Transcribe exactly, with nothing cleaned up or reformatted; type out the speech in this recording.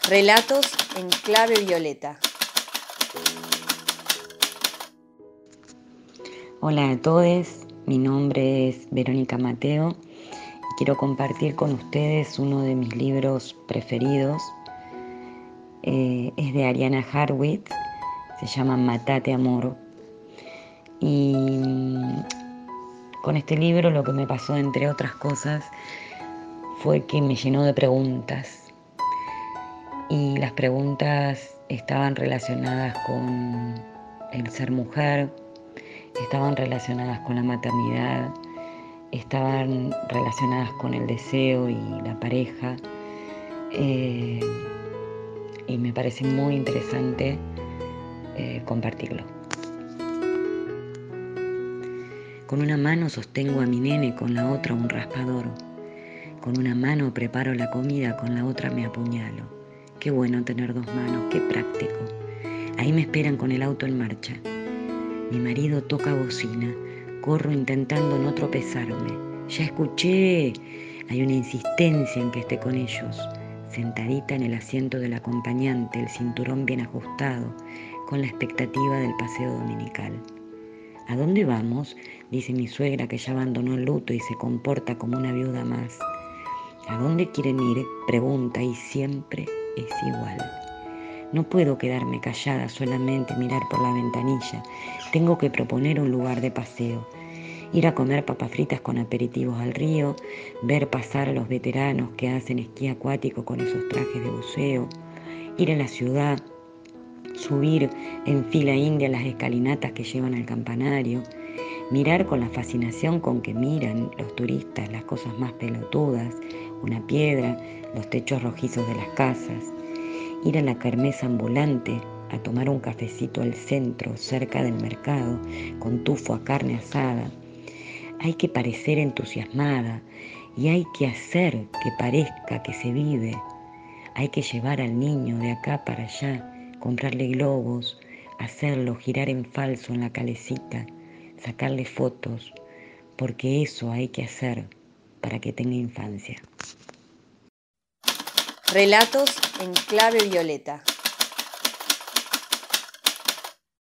Relatos en clave violeta. Hola a todos, mi nombre es Verónica Mateo y quiero compartir con ustedes uno de mis libros preferidos. Eh, es de Arianna Harwitz, se llama Matate Amor. Y con este libro lo que me pasó, entre otras cosas, fue que me llenó de preguntas. Y las preguntas estaban relacionadas con el ser mujer, estaban relacionadas con la maternidad, estaban relacionadas con el deseo y la pareja. Eh, y me parece muy interesante eh, compartirlo. Con una mano sostengo a mi nene, con la otra un raspador. Con una mano preparo la comida, con la otra me apuñalo. Qué bueno tener dos manos, qué práctico. Ahí me esperan con el auto en marcha. Mi marido toca bocina. Corro intentando no tropezarme. Ya escuché. Hay una insistencia en que esté con ellos. Sentadita en el asiento del acompañante, el cinturón bien ajustado, con la expectativa del paseo dominical. ¿A dónde vamos?, dice mi suegra, que ya abandonó el luto y se comporta como una viuda más. ¿A dónde quieren ir?, pregunta, y siempre es igual. No puedo quedarme callada, solamente mirar por la ventanilla. Tengo que proponer un lugar de paseo. Ir a comer papas fritas con aperitivos al río, ver pasar a los veteranos que hacen esquí acuático con esos trajes de buceo, ir a la ciudad, subir en fila india las escalinatas que llevan al campanario, mirar con la fascinación con que miran los turistas las cosas más pelotudas, una piedra, los techos rojizos de las casas, ir a la kermés ambulante, a tomar un cafecito al centro, cerca del mercado, con tufo a carne asada. Hay que parecer entusiasmada y hay que hacer que parezca que se vive. Hay que llevar al niño de acá para allá, comprarle globos, hacerlo girar en falso en la calecita, sacarle fotos, porque eso hay que hacer para que tenga infancia. Relatos en clave violeta.